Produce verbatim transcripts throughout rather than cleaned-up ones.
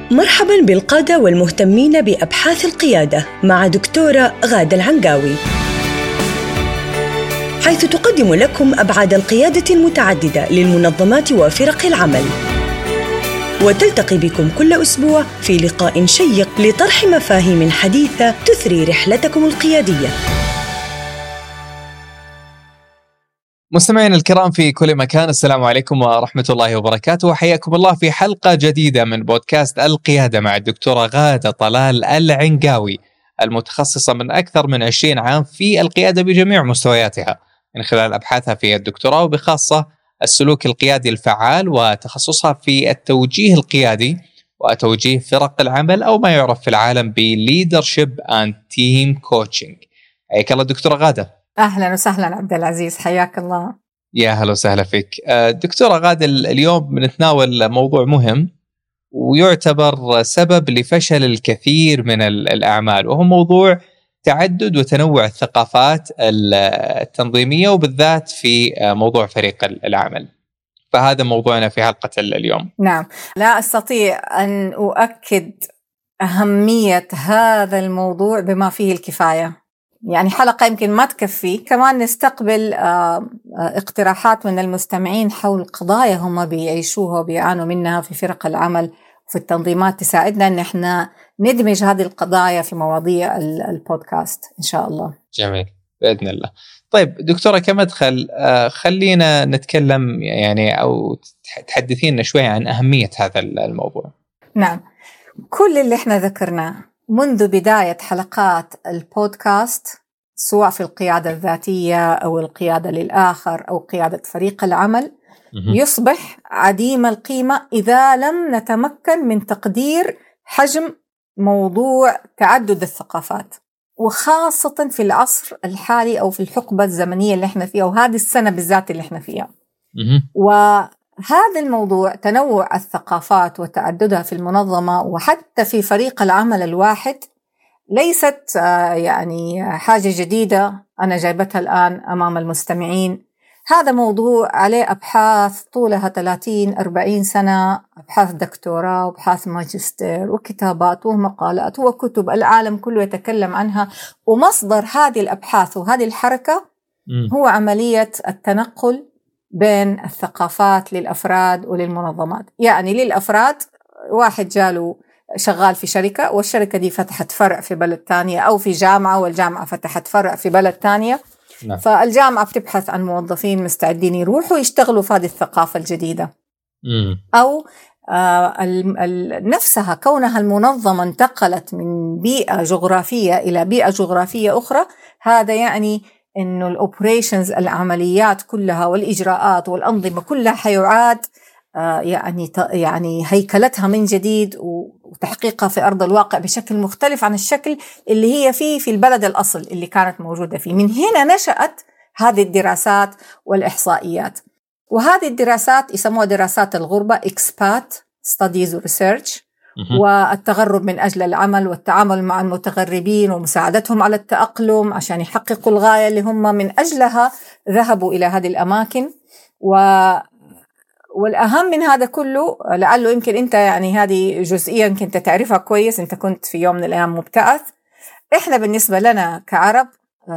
مرحباً بالقادة والمهتمين بأبحاث القيادة مع دكتورة غادة العنقاوي، حيث تقدم لكم أبعاد القيادة المتعددة للمنظمات وفرق العمل، وتلتقي بكم كل أسبوع في لقاء شيق لطرح مفاهيم حديثة تثري رحلتكم القيادية. مستمعينا الكرام في كل مكان، السلام عليكم ورحمة الله وبركاته، وحياكم الله في حلقة جديدة من بودكاست القيادة مع الدكتورة غادة طلال العنقاوي، المتخصصة من أكثر من عشرين عام في القيادة بجميع مستوياتها من خلال أبحاثها في الدكتوراه، وبخاصة السلوك القيادي الفعال، وتخصصها في التوجيه القيادي وتوجيه فرق العمل، أو ما يعرف في العالم ب Leadership and Team Coaching. حياك الله دكتورة غادة. أهلا وسهلا عبد العزيز، حياك الله. يا هلا وسهلا فيك دكتورة غادة. اليوم بنتناول موضوع مهم ويعتبر سبب لفشل الكثير من الأعمال، وهو موضوع تعدد وتنوع الثقافات التنظيمية، وبالذات في موضوع فريق العمل. فهذا موضوعنا في حلقة اليوم. نعم، لا أستطيع أن أؤكد أهمية هذا الموضوع بما فيه الكفاية. يعني حلقة يمكن ما تكفي، كمان نستقبل اقتراحات من المستمعين حول قضايا هم بيعيشوها وبيعانوا منها في فرق العمل وفي التنظيمات، تساعدنا أن احنا ندمج هذه القضايا في مواضيع البودكاست إن شاء الله. جميل بإذن الله. طيب دكتورة، كمدخل خلينا نتكلم يعني أو تحدثينا شوي عن أهمية هذا الموضوع. نعم، كل اللي احنا ذكرناه منذ بداية حلقات البودكاست، سواء في القيادة الذاتية أو القيادة للآخر أو قيادة فريق العمل، يصبح عديم القيمة إذا لم نتمكن من تقدير حجم موضوع تعدد الثقافات، وخاصة في العصر الحالي أو في الحقبة الزمنية اللي احنا فيها، وهذه السنة بالذات اللي احنا فيها. وهذا الموضوع تنوع الثقافات وتعددها في المنظمة وحتى في فريق العمل الواحد ليست يعني حاجة جديدة أنا جايبتها الآن أمام المستمعين. هذا موضوع عليه أبحاث طولها ثلاثين أربعين سنة، أبحاث دكتوراه وأبحاث ماجستير وكتابات ومقالات وكتب، العالم كله يتكلم عنها. ومصدر هذه الأبحاث وهذه الحركة هو عملية التنقل بين الثقافات للأفراد وللمنظمات. يعني للأفراد، واحد جاله شغال في شركة والشركة دي فتحت فرع في بلد تانية، أو في جامعة والجامعة فتحت فرع في بلد تانية. نعم. فالجامعة بتبحث عن موظفين مستعدين يروحوا يشتغلوا في هذه الثقافة الجديدة. مم. أو آه نفسها كونها المنظمة انتقلت من بيئة جغرافية إلى بيئة جغرافية أخرى، هذا يعني إنه الأوبريشنز، العمليات كلها والإجراءات والأنظمة كلها حيعاد آه يعني يعني هيكلتها من جديد وتحقيقها في أرض الواقع بشكل مختلف عن الشكل اللي هي فيه في البلد الأصل اللي كانت موجودة فيه. من هنا نشأت هذه الدراسات والإحصائيات، وهذه الدراسات يسموها دراسات الغربة expat studies research، والتغرب من أجل العمل والتعامل مع المتغربين ومساعدتهم على التأقلم عشان يحققوا الغاية اللي هم من أجلها ذهبوا إلى هذه الأماكن. و والأهم من هذا كله، لعله يمكن أنت يعني هذه جزئيا كنت تعرفها كويس، أنت كنت في يوم من الأيام مبتعث. إحنا بالنسبة لنا كعرب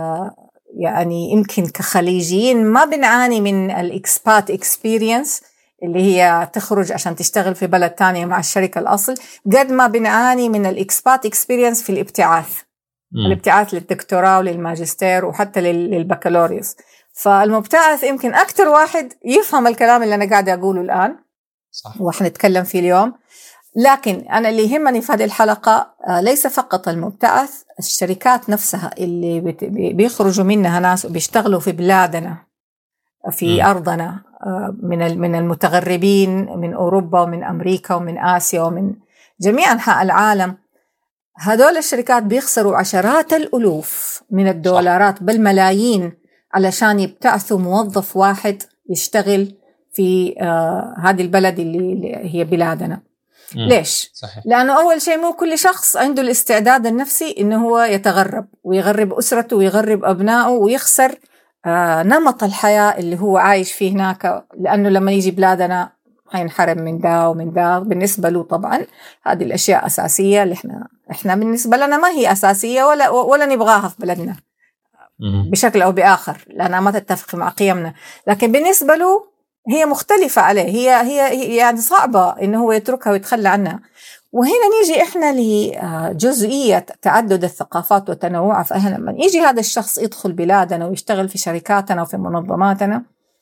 يعني يمكن كخليجيين ما بنعاني من الإكسبات إكسبيرينس اللي هي تخرج عشان تشتغل في بلد تانية مع الشركة الأصل، قد ما بنعاني من الإكسبات إكسبيرينس في الابتعاث. م. الابتعاث للدكتوراه وللماجستير وحتى للبكالوريوس. فالمبتعث يمكن أكتر واحد يفهم الكلام اللي أنا قاعدة أقوله الآن، صح، وإحنا نتكلم فيه اليوم. لكن أنا اللي يهمني في هذه الحلقة ليس فقط المبتعث، الشركات نفسها اللي بيخرجوا منها ناس وبيشتغلوا في بلادنا في م. أرضنا، من من المتغربين من أوروبا ومن أمريكا ومن آسيا ومن جميع أنحاء العالم. هذول الشركات بيخسروا عشرات الألوف من الدولارات بل ملايين علشان يبتعثوا موظف واحد يشتغل في آه هذه البلد اللي هي بلادنا. مم. ليش؟ صحيح. لأنه أول شيء مو كل شخص عنده الاستعداد النفسي إنه هو يتغرب ويغرب أسرته ويغرب أبنائه ويخسر آه نمط الحياة اللي هو عايش فيه هناك، لأنه لما يجي بلادنا حينحرم من ده ومن ده. بالنسبة له طبعا هذه الأشياء أساسية اللي إحنا إحنا بالنسبة لنا ما هي أساسية ولا ولا نبغاها في بلدنا بشكل أو بآخر لأنها ما تتفق مع قيمنا، لكن بالنسبة له هي مختلفة عليه، هي هي يعني صعبة إنه هو يتركها ويتخلى عنها. وهنا نيجي إحنا لجزئية تعدد الثقافات وتنوعها. فإحنا لما يجي هذا الشخص يدخل بلادنا ويشتغل في شركاتنا وفي منظماتنا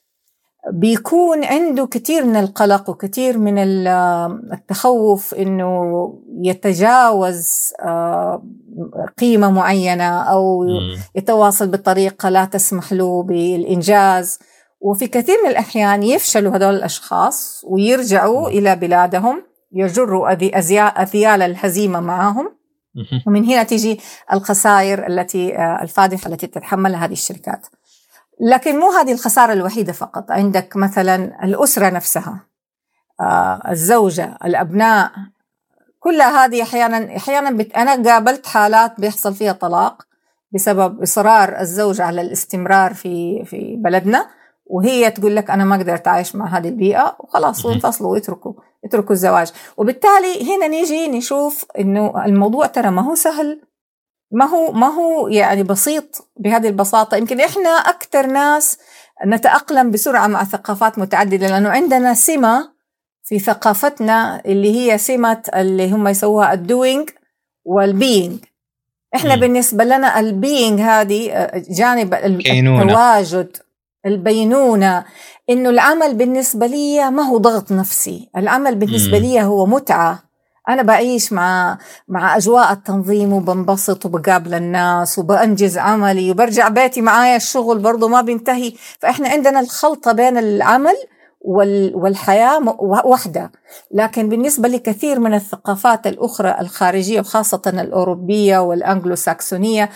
بيكون عنده كتير من القلق وكتير من التخوف إنه يتجاوز قيمة معينة أو يتواصل بطريقة لا تسمح له بالإنجاز. وفي كثير من الأحيان يفشلوا هذول الأشخاص ويرجعوا إلى بلادهم، يجروا أذيال الهزيمة معهم، ومن هنا تيجي الخسائر التي الفادحة التي تتحملها هذه الشركات. لكن مو هذه الخسارة الوحيدة فقط، عندك مثلا الأسرة نفسها، الزوجة، الأبناء، كلها هذه أحيانا أحيانا بت... أنا قابلت حالات بيحصل فيها طلاق بسبب إصرار الزوج على الاستمرار في في بلدنا، وهي تقول لك أنا ما أقدر أتعايش مع هذه البيئة وخلاص وانفصلوا ويتركوا يتركوا الزواج. وبالتالي هنا نيجي نشوف إنه الموضوع ترى ما هو سهل، ما هو ما هو يعني بسيط بهذه البساطة. يمكن إحنا أكتر ناس نتأقلم بسرعة مع ثقافات متعددة لأنه عندنا سمة في ثقافتنا اللي هي سمة اللي هم يسووها الدوينج والبينج. إحنا م. بالنسبة لنا البينج هذه جانب التواجد، البينونة، إنه العمل بالنسبة لي ما هو ضغط نفسي، العمل بالنسبة لي هو متعة. أنا بعيش مع مع أجواء التنظيم وبنبسط وبقابل الناس وبأنجز عملي وبرجع بيتي معايا الشغل برضو ما بينتهي. فإحنا عندنا الخلطة بين العمل والحياة واحدة. لكن بالنسبة لكثير من الثقافات الأخرى الخارجية وخاصة الأوروبية والأنجلو ساكسونية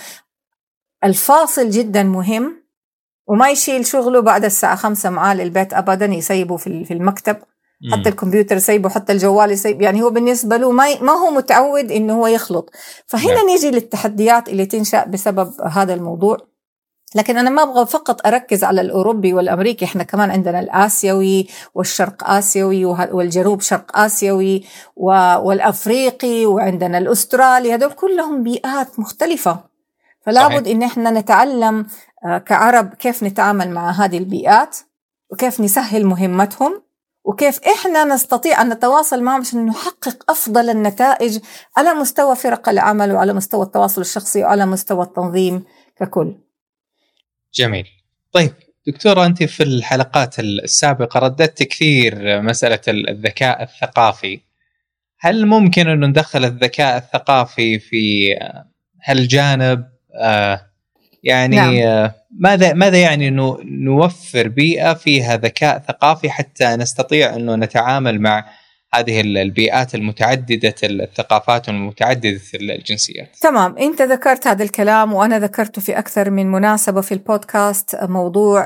الفاصل جدا مهم، وما يشيل شغله بعد الساعة خمسة معاه للبيت أبدا، يسيبه في المكتب، حتى الكمبيوتر يسيبه، حتى الجوال يسيبه. يعني هو بالنسبة له ما ما هو متعود إنه هو يخلط. فهنا نيجي للتحديات اللي تنشأ بسبب هذا الموضوع. لكن أنا ما أبغى فقط أركز على الأوروبي والأمريكي، إحنا كمان عندنا الآسيوي والشرق آسيوي والجنوب شرق آسيوي والأفريقي، وعندنا الأسترالي، هذول كلهم بيئات مختلفة. فلا بد إن إحنا نتعلم كعرب كيف نتعامل مع هذه البيئات وكيف نسهل مهمتهم وكيف إحنا نستطيع أن نتواصل معهم عشان نحقق أفضل النتائج على مستوى فرق العمل وعلى مستوى التواصل الشخصي وعلى مستوى التنظيم ككل. جميل. طيب دكتورة، أنت في الحلقات السابقة رددت كثير مسألة الذكاء الثقافي. هل ممكن أن ندخل الذكاء الثقافي في هالجانب؟ آه يعني نعم. آه ماذا ماذا يعني إنه نوفر بيئة فيها ذكاء ثقافي حتى نستطيع إنه نتعامل مع هذه البيئات المتعددة الثقافات والمتعددة الجنسيات؟ تمام، أنت ذكرت هذا الكلام وأنا ذكرته في أكثر من مناسبة في البودكاست، موضوع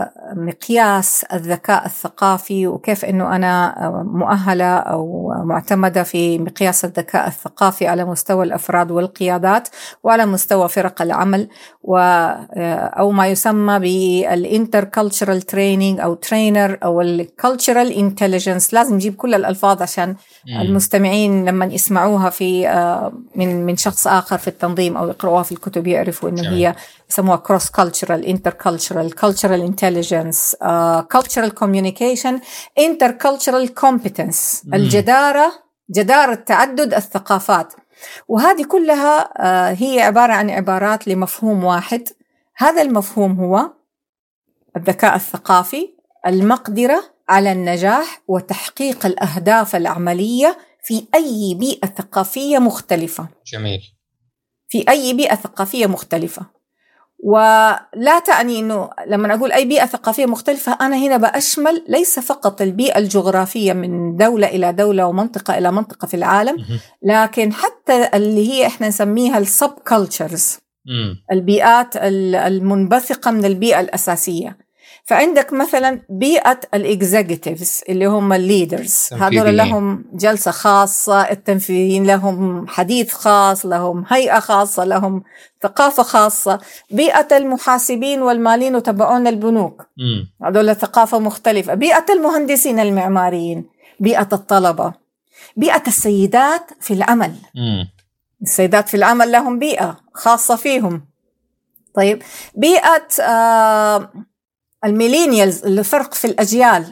مقياس الذكاء الثقافي وكيف أنه أنا مؤهلة أو معتمدة في مقياس الذكاء الثقافي على مستوى الأفراد والقيادات وعلى مستوى فرق العمل، أو ما يسمى بالintercultural training أو trainer أو cultural intelligence. لازم نجيب كل الألفاظ عشان مم. المستمعين لما يسمعوها في من من شخص آخر في التنظيم أو يقرأوها في الكتب يعرفوا إنه جميل. هي يسموها cross cultural, intercultural, cultural intelligence, uh, cultural communication, intercultural competence. مم. الجدارة، جدارة تعدد الثقافات. وهذه كلها uh, هي عبارة عن عبارات لمفهوم واحد. هذا المفهوم هو الذكاء الثقافي، المقدرة على النجاح وتحقيق الأهداف العملية في أي بيئة ثقافية مختلفة. جميل. في أي بيئة ثقافية مختلفة. ولا تعني أنه لما أقول أي بيئة ثقافية مختلفة أنا هنا بأشمل ليس فقط البيئة الجغرافية من دولة إلى دولة ومنطقة إلى منطقة في العالم، لكن حتى اللي هي إحنا نسميها السب كولتشرز، البيئات المنبثقة من البيئة الأساسية. فعندك مثلا بيئة الإكزيكتيفز اللي هم الليدرز، هذول لهم جلسة خاصة، التنفيذيين لهم حديث خاص، لهم هيئة خاصة، لهم ثقافة خاصة. بيئة المحاسبين والمالين وتبعون البنوك، هذول ثقافة مختلفة. بيئة المهندسين المعماريين، بيئة الطلبة، بيئة السيدات في العمل. م. السيدات في العمل لهم بيئة خاصة فيهم. طيب بيئة آه الميلينيالز اللي فرق في الأجيال،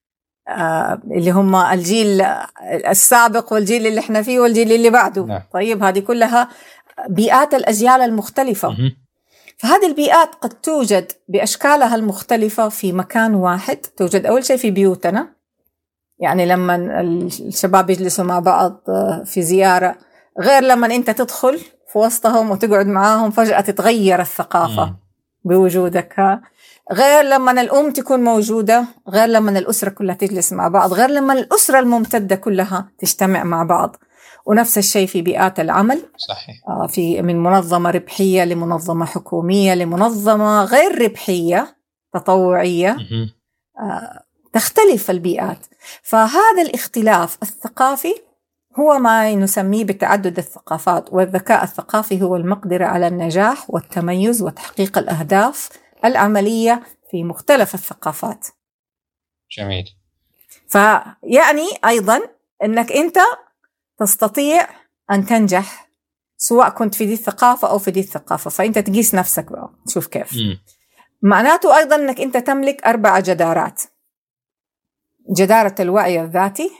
آه اللي هم الجيل السابق والجيل اللي احنا فيه والجيل اللي بعده. نعم. طيب هذه كلها بيئات الأجيال المختلفة. م- فهذه البيئات قد توجد بأشكالها المختلفة في مكان واحد. توجد أول شيء في بيوتنا، يعني لما الشباب يجلسوا مع بعض في زيارة غير لما أنت تدخل في وسطهم وتقعد معاهم فجأة تتغير الثقافة م. بوجودك. ها غير لما الأم تكون موجودة، غير لما الأسرة كلها تجلس مع بعض، غير لما الأسرة الممتدة كلها تجتمع مع بعض. ونفس الشيء في بيئات العمل. صحيح. في من منظمة ربحية لمنظمة حكومية لمنظمة غير ربحية تطوعية. آه تختلف البيئات. فهذا الاختلاف الثقافي هو ما نسميه بتعدد الثقافات. والذكاء الثقافي هو المقدرة على النجاح والتميز وتحقيق الأهداف العملية في مختلف الثقافات. جميل. فيعني أيضا أنك أنت تستطيع أن تنجح سواء كنت في دي الثقافة أو في دي الثقافة. فأنت تقيس نفسك بقى تشوف كيف. م. معناته أيضا أنك أنت تملك أربع جدارات: جدارة الوعي الذاتي،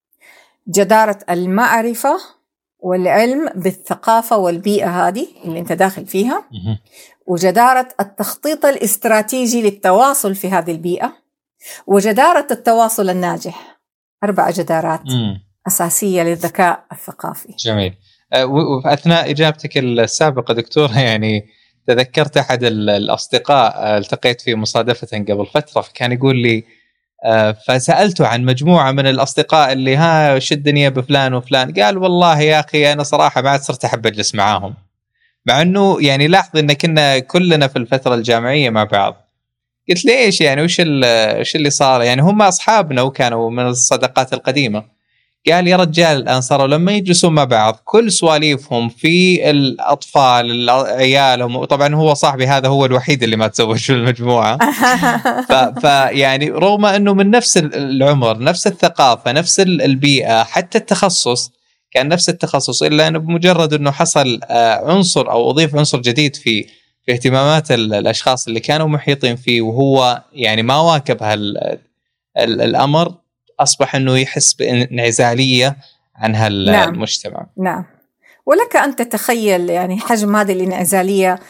جدارة المعرفة والعلم بالثقافة والبيئة هذه اللي أنت داخل فيها، م. وجدارة التخطيط الاستراتيجي للتواصل في هذه البيئة، وجدارة التواصل الناجح. أربع جدارات م. أساسية للذكاء الثقافي. جميل. وفي أثناء إجابتك السابقة دكتورة يعني تذكرت أحد الأصدقاء التقيت فيه مصادفة قبل فترة، فكان يقول لي فسألته عن مجموعة من الأصدقاء اللي ها وش الدنيا بفلان وفلان، قال والله يا أخي أنا صراحة ما عاد صرت أحب أجلس معاهم، مع أنه يعني لاحظ إن كنا كلنا في الفترة الجامعية مع بعض. قلت ليش يعني وش وش اللي صار؟ يعني هم أصحابنا وكانوا من الصداقات القديمة. قال يا رجال الآن صاروا لما يجلسوا مع بعض كل سواليفهم في الأطفال عيالهم، وطبعا هو صاحبي هذا هو الوحيد اللي ما تزوج في المجموعة. فيعني رغم أنه من نفس العمر نفس الثقافة نفس البيئة حتى التخصص كان نفس التخصص، إلا أنه بمجرد أنه حصل عنصر أو أضيف عنصر جديد في في اهتمامات الأشخاص اللي كانوا محيطين فيه وهو يعني ما واكب هالأمر، أصبح أنه يحس بانعزالية عن هالمجتمع. نعم. نعم. ولك أن تتخيل يعني حجم هذه الانعزالية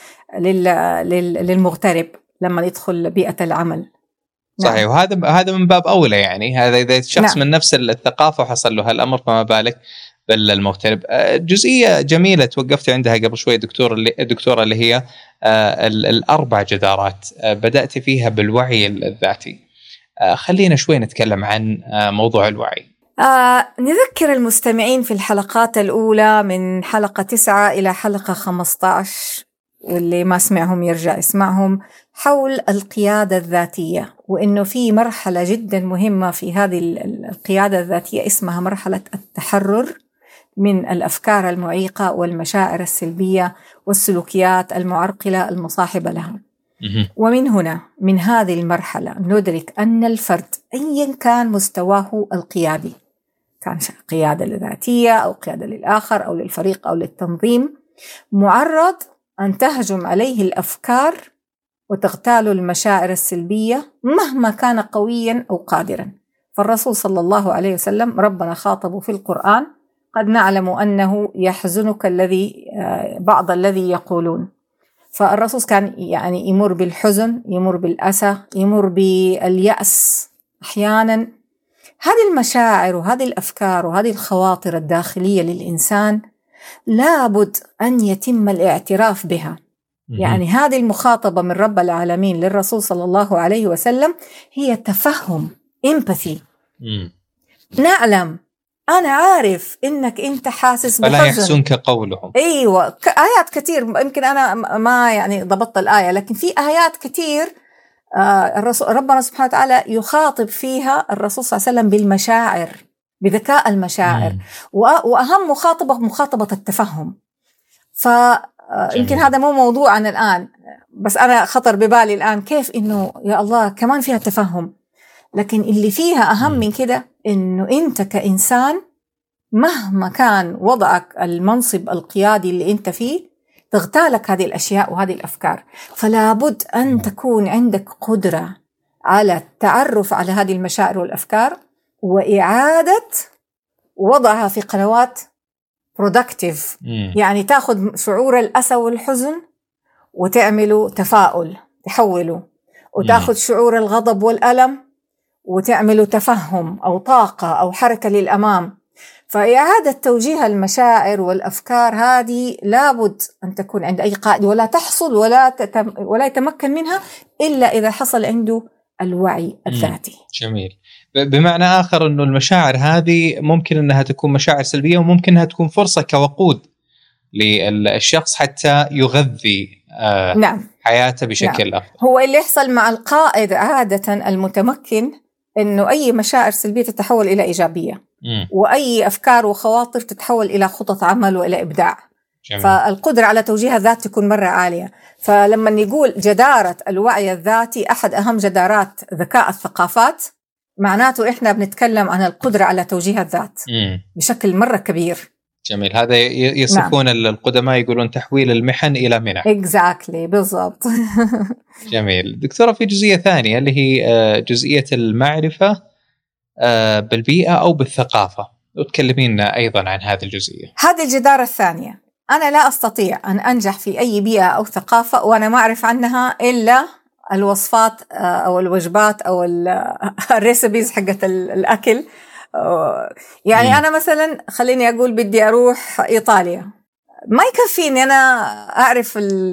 للمغترب لما يدخل بيئة العمل. صحيح. نعم. وهذا هذا من باب أولى، يعني هذا إذا شخص نعم. من نفس الثقافة وحصل له هالأمر فما بالك بالمغترب. جزئية جميلة توقفت عندها قبل شوي دكتور اللي الدكتورة اللي هي الأربع جدارات بدأت فيها بالوعي الذاتي. خلينا شوي نتكلم عن موضوع الوعي. آه، نذكر المستمعين في الحلقات الأولى من حلقة تسعة إلى حلقة خمسة عشر، واللي ما سمعهم يرجع يسمعهم، حول القيادة الذاتية، وإنه في مرحلة جدا مهمة في هذه القيادة الذاتية اسمها مرحلة التحرر من الأفكار المعيقة والمشاعر السلبية والسلوكيات المعرقلة المصاحبة لها. ومن هنا من هذه المرحلة ندرك أن الفرد أيا كان مستواه القيادي، كان قيادة ذاتية أو قيادة للآخر أو للفريق أو للتنظيم، معرض أن تهجم عليه الأفكار وتغتال المشاعر السلبية مهما كان قويا أو قادرا. فالرسول صلى الله عليه وسلم ربنا خاطبه في القرآن: قد نعلم أنه يحزنك الذي بعض الذي يقولون. فالرسول كان يعني يمر بالحزن، يمر بالأسى، يمر باليأس أحيانا. هذه المشاعر وهذه الأفكار وهذه الخواطر الداخلية للإنسان لابد أن يتم الاعتراف بها. يعني هذه المخاطبة من رب العالمين للرسول صلى الله عليه وسلم هي تفهم، empathy. نعلم، أنا عارف إنك أنت حاسس بحزن، فلا يحزنك قولهم. أيوة، آيات كتير، يمكن أنا ما يعني ضبطت الآية، لكن في آيات كتير الرسول ربنا سبحانه وتعالى يخاطب فيها الرسول صلى الله عليه وسلم بالمشاعر، بذكاء المشاعر، وأهم مخاطبة مخاطبة التفهم. فيمكن هذا مو موضوعنا الآن، بس أنا خطر ببالي الآن كيف إنه يا الله كمان فيها تفهم، لكن اللي فيها أهم من كده إنه أنت كإنسان مهما كان وضعك المنصب القيادي اللي أنت فيه تغتالك هذه الأشياء وهذه الأفكار. فلا بد أن تكون عندك قدرة على التعرف على هذه المشاعر والأفكار وإعادة وضعها في قنوات productive، يعني تأخذ شعور الأسى والحزن وتعمله تفاؤل تحوله، وتأخذ شعور الغضب والألم وتعمله تفهم أو طاقة أو حركة للأمام. فإعادة توجيه المشاعر والأفكار هذه لابد أن تكون عند أي قائد، ولا تحصل ولا تتم ولا يتمكن منها إلا إذا حصل عنده الوعي الذاتي. جميل. بمعنى آخر أنه المشاعر هذه ممكن أنها تكون مشاعر سلبية، وممكن أنها تكون فرصة كوقود للشخص حتى يغذي آه نعم. حياته بشكل نعم. أفضل. هو اللي يحصل مع القائد عادة المتمكن أنه أي مشاعر سلبية تتحول إلى إيجابية، م. وأي أفكار وخواطر تتحول إلى خطط عمل وإلى إبداع. جميل. فالقدرة على توجيه الذات تكون مرة عالية. فلما نقول جدارة الوعي الذاتي أحد أهم جدارات ذكاء الثقافات، معناته إحنا بنتكلم عن القدرة على توجيه الذات م. بشكل مرة كبير. جميل. هذا يصفون نعم. القدماء يقولون تحويل المحن إلى منح. exactly بالضبط. جميل. دكتورة، في جزئية ثانية اللي هي جزئية المعرفة بالبيئة أو بالثقافة، وتكلمينا أيضا عن هذه الجزئية. هذه الجدارة الثانية، أنا لا أستطيع أن أنجح في أي بيئة أو ثقافة وأنا ما أعرف عنها إلا الوصفات أو الوجبات أو الريسبيز حقت الأكل. يعني أنا مثلا خليني أقول بدي أروح إيطاليا، ما يكفيني أنا أعرف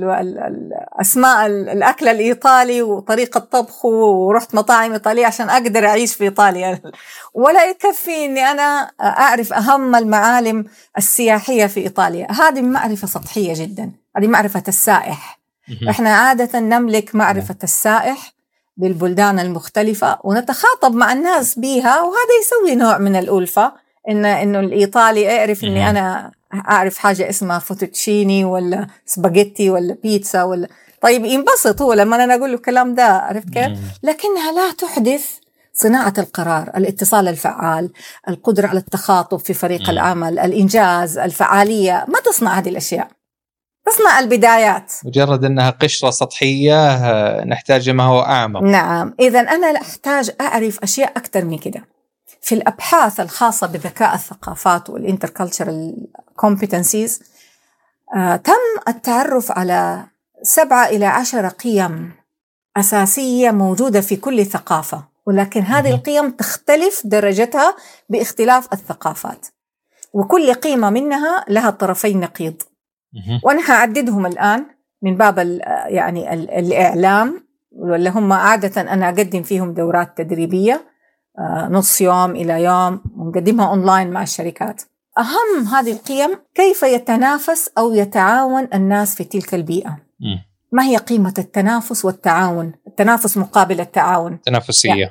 الأسماء الأكل الإيطالي وطريقة طبخه ورحت مطاعم إيطالية عشان أقدر أعيش في إيطاليا، ولا يكفيني أنا أعرف أهم المعالم السياحية في إيطاليا. هذه معرفة سطحية جدا، هذه معرفة السائح. إحنا عادة نملك معرفة السائح بالبلدان المختلفة ونتخاطب مع الناس بيها، وهذا يسوي نوع من الألفة. إن إنه الإيطالي يعرف إني أنا أعرف حاجة اسمها فوتوتشيني ولا سباجيتي ولا بيتزا ولا، طيب ينبسط هو لما أنا أقول له الكلام ده، عرفت كيف؟ لكنها لا تحدث صناعة القرار، الاتصال الفعال، القدرة على التخاطب في فريق العمل، الإنجاز، الفعالية. ما تصنع هذه الأشياء، تصنع البدايات. مجرد أنها قشرة سطحية، نحتاج ما هو أعمق. نعم. إذن أنا أحتاج أعرف أشياء أكثر من كده. في الأبحاث الخاصة بذكاء الثقافات والintercultural competencies آه، تم التعرف على سبعة إلى عشرة قيم أساسية موجودة في كل ثقافة، ولكن هذه القيم تختلف درجتها باختلاف الثقافات، وكل قيمة منها لها طرفين نقيض. وأنا هعددهم الآن من باب يعني الإعلام، واللي هم عادة أنا أقدم فيهم دورات تدريبية نص يوم إلى يوم ونقدمها أونلاين مع الشركات. أهم هذه القيم كيف يتنافس أو يتعاون الناس في تلك البيئة. م. ما هي قيمة التنافس والتعاون؟ التنافس مقابل التعاون، تنافسية. يعني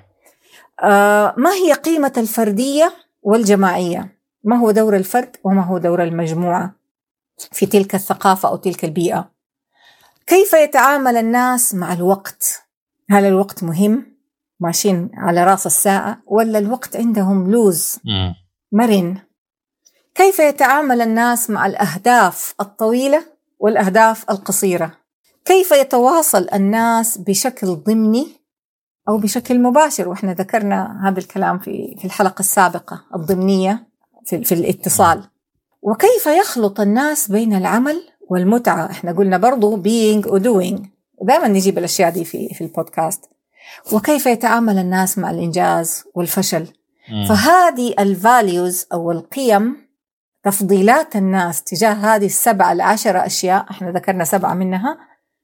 آه ما هي قيمة الفردية والجماعية؟ ما هو دور الفرد وما هو دور المجموعة في تلك الثقافة أو تلك البيئة؟ كيف يتعامل الناس مع الوقت؟ هل الوقت مهم ماشيين على رأس الساعة، ولا الوقت عندهم لوز مرن؟ كيف يتعامل الناس مع الأهداف الطويلة والأهداف القصيرة؟ كيف يتواصل الناس بشكل ضمني أو بشكل مباشر؟ وإحنا ذكرنا هذا الكلام في في الحلقة السابقة، الضمنية في, في الاتصال. وكيف يخلط الناس بين العمل والمتعة؟ إحنا قلنا برضو being و doing، ودائما نجيب الأشياء دي في في البودكاست. وكيف يتعامل الناس مع الإنجاز والفشل؟ م. فهذه الفاليوز أو القيم، تفضيلات الناس تجاه هذه السبعة العشرة أشياء، إحنا ذكرنا سبعة منها،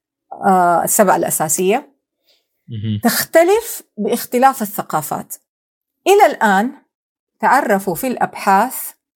آه السبعة الأساسية، م. تختلف باختلاف الثقافات. إلى الآن تعرفوا في الأبحاث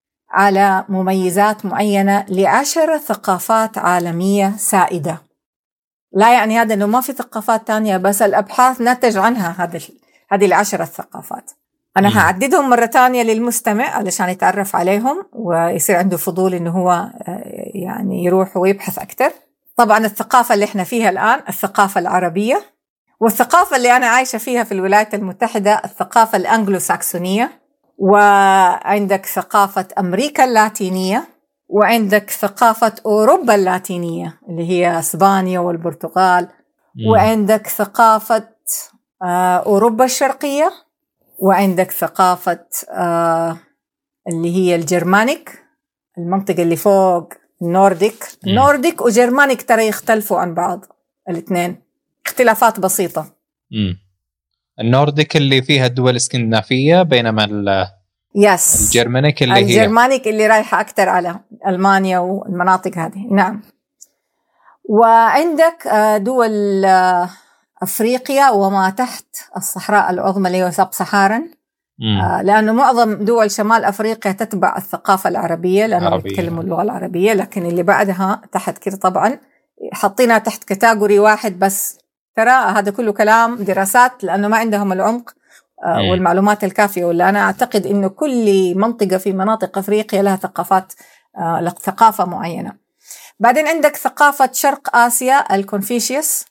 على مميزات معينة لعشر ثقافات عالمية سائدة. لا يعني هذا إنه ما في ثقافات تانية، بس الأبحاث نتج عنها هذه هذه العشرة ثقافات. أنا هعددهم مرة تانية للمستمع علشان يتعرف عليهم ويصير عنده فضول إنه هو يعني يروح ويبحث أكتر. طبعا الثقافة اللي إحنا فيها الآن الثقافة العربية، والثقافة اللي أنا عايشة فيها في الولايات المتحدة الثقافة الأنجلو ساكسونية، وعندك ثقافة أمريكا اللاتينية، وعندك ثقافة أوروبا اللاتينية اللي هي إسبانيا والبرتغال، وعندك ثقافة أوروبا الشرقية، وعندك ثقافة اللي هي الجرمانيك، المنطقة اللي فوق النورديك. النورديك وجرمانيك ترى يختلفوا عن بعض الاثنين، اختلافات بسيطة. مم. النورديك اللي فيها الدول الاسكندنافية، بينما يس الجرمانيك اللي الجرمانيك هي الجرمانيك اللي رايحة أكتر على ألمانيا والمناطق هذه. نعم. وعندك دول أفريقيا وما تحت الصحراء العظمى اللي هو سب سحارا، لأنه معظم دول شمال أفريقيا تتبع الثقافة العربية لأنه يتكلموا اللغة العربية، لكن اللي بعدها تحت كده طبعا حطينا تحت كاتيجوري واحد بس. ترى هذا كله كلام دراسات لأنه ما عندهم العمق والمعلومات الكافية، ولا أنا أعتقد إنه كل منطقة في مناطق أفريقيا لها ثقافات ثقافة معينة. بعدين عندك ثقافة شرق آسيا الكونفوشيوس،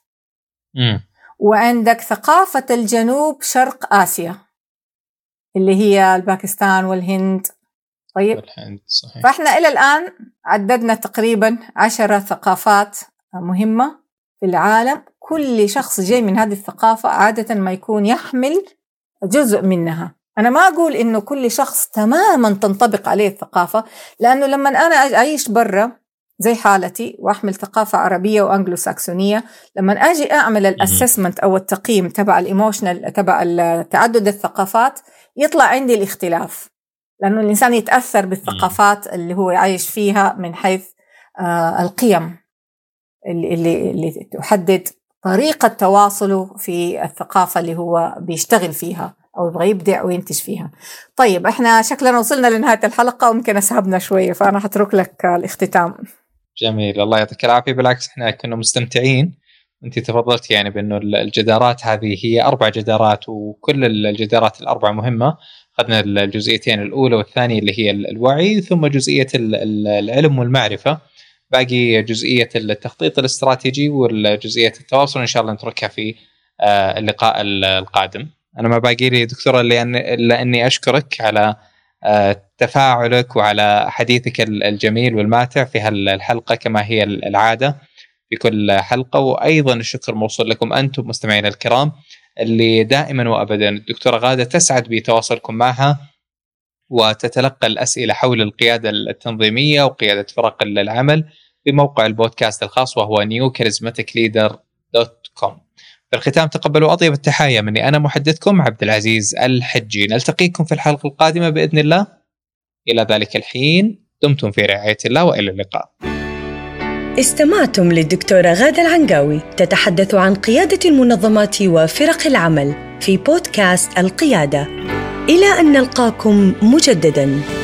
وعندك ثقافة الجنوب شرق آسيا اللي هي الباكستان والهند. طيب والهند صحيح. فإحنا إلى الآن عددنا تقريبا عشرة ثقافات مهمة في العالم. كل شخص جاي من هذه الثقافة عادة ما يكون يحمل جزء منها. أنا ما أقول إنه كل شخص تماما تنطبق عليه الثقافة، لأنه لما أنا أعيش برا زي حالتي وأحمل ثقافة عربية وأنجلو ساكسونية، لما أجي أعمل الأسسمنت أو التقييم تبع الإيموشنال تبع تعدد الثقافات يطلع عندي الاختلاف، لأنه الإنسان يتأثر بالثقافات اللي هو يعيش فيها من حيث آه القيم اللي, اللي, اللي تحدد طريقة تواصله في الثقافة اللي هو بيشتغل فيها أو يبغى يبدع وينتج فيها. طيب إحنا شكلنا وصلنا لنهاية الحلقة وممكن أسحبنا شوية، فأنا هترك لك الاختتام. جميل، الله يعطيك العافية. بالعكس إحنا كنا مستمتعين، أنت تفضلت يعني بأنه الجدارات هذه هي أربع جدارات، وكل الجدارات الأربعة مهمة. أخذنا الجزئيتين الأولى والثانية اللي هي الوعي، ثم جزئية العلم والمعرفة، باقي جزئية التخطيط الاستراتيجي والجزئية التواصل إن شاء الله نتركها في اللقاء القادم. أنا ما باقي لي دكتورة إلا أني أشكرك على تفاعلك وعلى حديثك الجميل والماتع في هالحلقة كما هي العادة في كل حلقة، وأيضا الشكر موصول لكم أنتم مستمعين الكرام اللي دائما وأبدا الدكتورة غادة تسعد بتواصلكم معها وتتلقى الأسئلة حول القيادة التنظيمية وقيادة فرق العمل بموقع البودكاست الخاص وهو نيو كاريزماتيك ليدر دوت كوم. في الختام تقبلوا أطيب التحايا مني أنا محدثكم عبد العزيز الحجي. نلتقيكم في الحلقة القادمة بإذن الله. إلى ذلك الحين دمتم في رعاية الله وإلى اللقاء. استمعتم للدكتورة غادة العنقاوي تتحدث عن قيادة المنظمات وفرق العمل في بودكاست القيادة. إلى أن نلقاكم مجدداً.